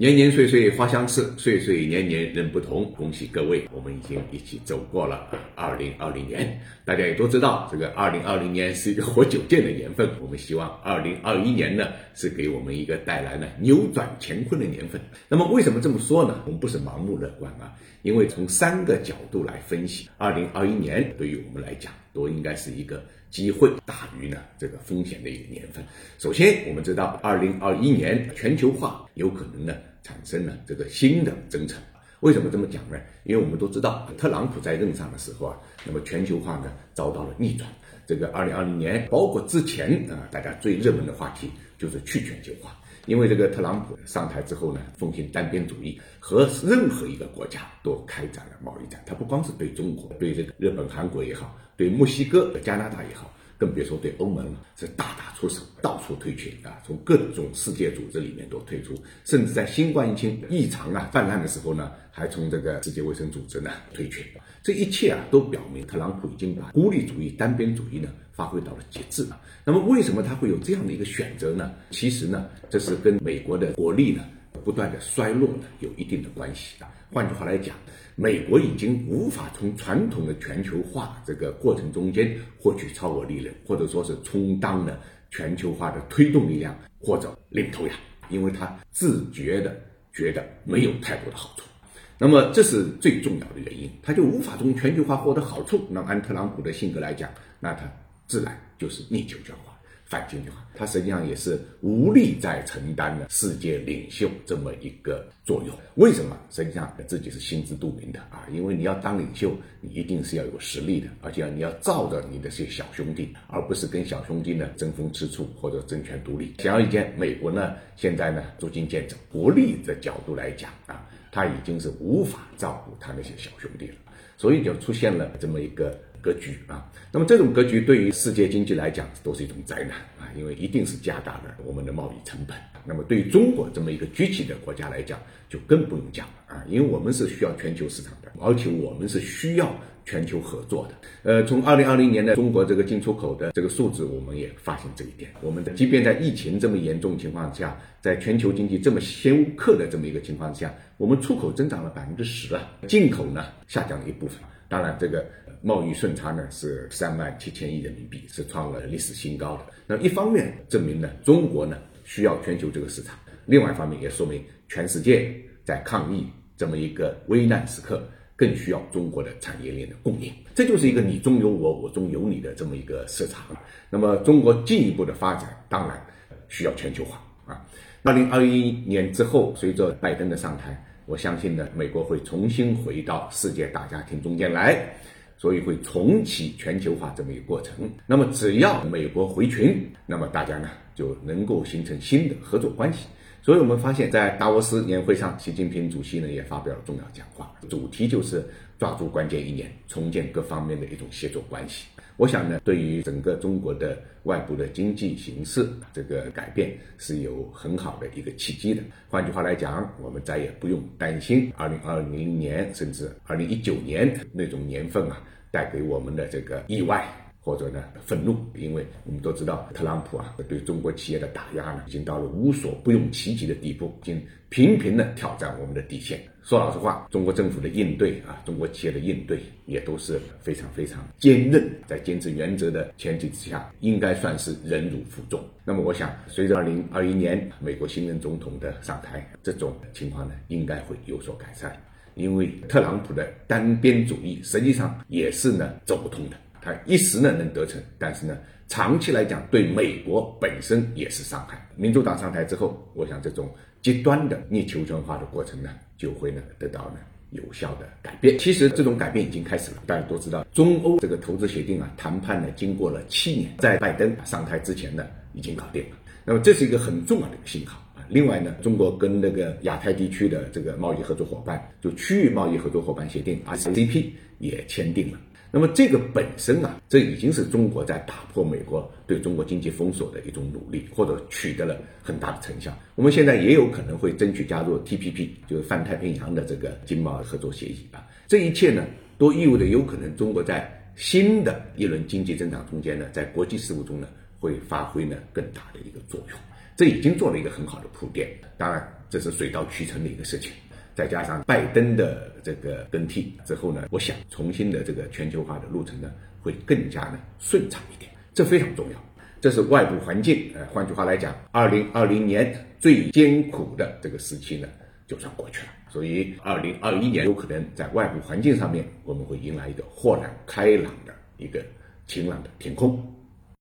年年岁岁花相似，岁岁年年人不同。恭喜各位，我们已经一起走过了2020年。大家也都知道，这个2020年是一个活久见的年份。我们希望2021年呢，是给我们一个带来了扭转乾坤的年份。那么为什么这么说呢？我们不是盲目乐观啊，因为从3个角度来分析，2021年对于我们来讲，都应该是一个机会大于呢这个风险的一个年份。首先，我们知道2021年全球化有可能呢产生了这个新的征程。为什么这么讲呢？因为我们都知道，特朗普在任上的时候啊，那么全球化呢遭到了逆转。这个2020年，包括之前大家最热门的话题就是去全球化。因为这个特朗普上台之后呢，奉行单边主义，和任何一个国家都开展了贸易战。他不光是对中国，对这个日本、韩国也好，对墨西哥、加拿大也好，更别说对欧盟了，是大打出手，到处退群啊，从各种世界组织里面都退出，甚至在新冠疫情异常泛滥的时候呢，还从这个世界卫生组织呢退群。这一切都表明特朗普已经把孤立主义、单边主义呢发挥到了极致了。那么为什么他会有这样的一个选择呢？其实呢，这是跟美国的国力呢不断的衰落呢有一定的关系的。换句话来讲，美国已经无法从传统的全球化这个过程中间获取超额利润，或者说是充当了全球化的推动力量或者领头羊，因为他自觉的觉得没有太多的好处。那么这是最重要的原因，他就无法从全球化获得好处。那么按特朗普的性格来讲，那他自然就是逆球圈化、反经济化，他实际上也是无力再承担了世界领袖这么一个作用。为什么？实际上自己是心知肚明的啊，因为你要当领袖，你一定是要有实力的，而且你要罩着你的这些小兄弟，而不是跟小兄弟呢争风吃醋或者争权独立。显而易见，美国呢现在呢捉襟见肘，国力的角度来讲啊，他已经是无法照顾他那些小兄弟了，所以就出现了这么一个格局啊。那么这种格局对于世界经济来讲都是一种灾难啊，因为一定是加大了我们的贸易成本。那么对于中国这么一个崛起的国家来讲，就更不用讲了啊，因为我们是需要全球市场的，而且我们是需要全球合作的。从2020年的中国这个进出口的这个数字，我们也发现这一点。我们即便在疫情这么严重情况下，在全球经济这么休克的这么一个情况下，我们出口增长了10%啊，进口呢下降了一部分。当然，这个贸易顺差呢是37000亿人民币，是创了历史新高的。那一方面证明呢，中国呢需要全球这个市场；另外一方面也说明全世界在抗疫这么一个危难时刻，更需要中国的产业链的供应。这就是一个你中有我，我中有你的这么一个市场。那么中国进一步的发展，当然需要全球化啊。2021年之后，随着拜登的上台，我相信呢，美国会重新回到世界大家庭中间来，所以会重启全球化这么一个过程。那么只要美国回群，那么大家呢就能够形成新的合作关系。所以我们发现在达沃斯年会上，习近平主席呢也发表了重要讲话，主题就是抓住关键1年，重建各方面的一种协作关系。我想呢，对于整个中国的外部的经济形势这个改变是有很好的一个契机的。换句话来讲，我们再也不用担心2020年甚至2019年那种年份带给我们的这个意外或者呢愤怒。因为我们都知道特朗普对中国企业的打压呢已经到了无所不用其极的地步，已经频频的挑战我们的底线。说老实话，中国政府的应对中国企业的应对也都是非常非常坚韧，在坚持原则的前提之下，应该算是忍辱负重。那么我想随着2021年美国新任总统的上台，这种情况呢应该会有所改善。因为特朗普的单边主义实际上也是呢走不通的，他一时呢能得逞，但是呢长期来讲对美国本身也是伤害。民主党上台之后，我想这种极端的逆球权化的过程呢就会呢得到呢有效的改变。其实这种改变已经开始了，大家都知道中欧这个投资协定谈判呢经过了7年，在拜登上台之前呢已经搞定了。那么这是一个很重要的一个信号。另外呢，中国跟那个亚太地区的这个贸易合作伙伴，就区域贸易合作伙伴协定 RCEP 也签订了。那么这个本身这已经是中国在打破美国对中国经济封锁的一种努力，或者取得了很大的成效。我们现在也有可能会争取加入 TPP， 就是泛太平洋的这个经贸合作协议这一切呢，都意味着有可能中国在新的一轮经济增长中间呢，在国际事务中呢，会发挥呢更大的一个作用。 这已经做了一个很好的铺垫。当然，这是水到渠成的一个事情。再加上拜登的这个更替之后呢，我想重新的这个全球化的路程呢会更加的顺畅一点，这非常重要。这是外部环境，换句话来讲，2020年最艰苦的这个时期呢就算过去了。所以2021年有可能在外部环境上面，我们会迎来一个豁然开朗的一个晴朗的天空。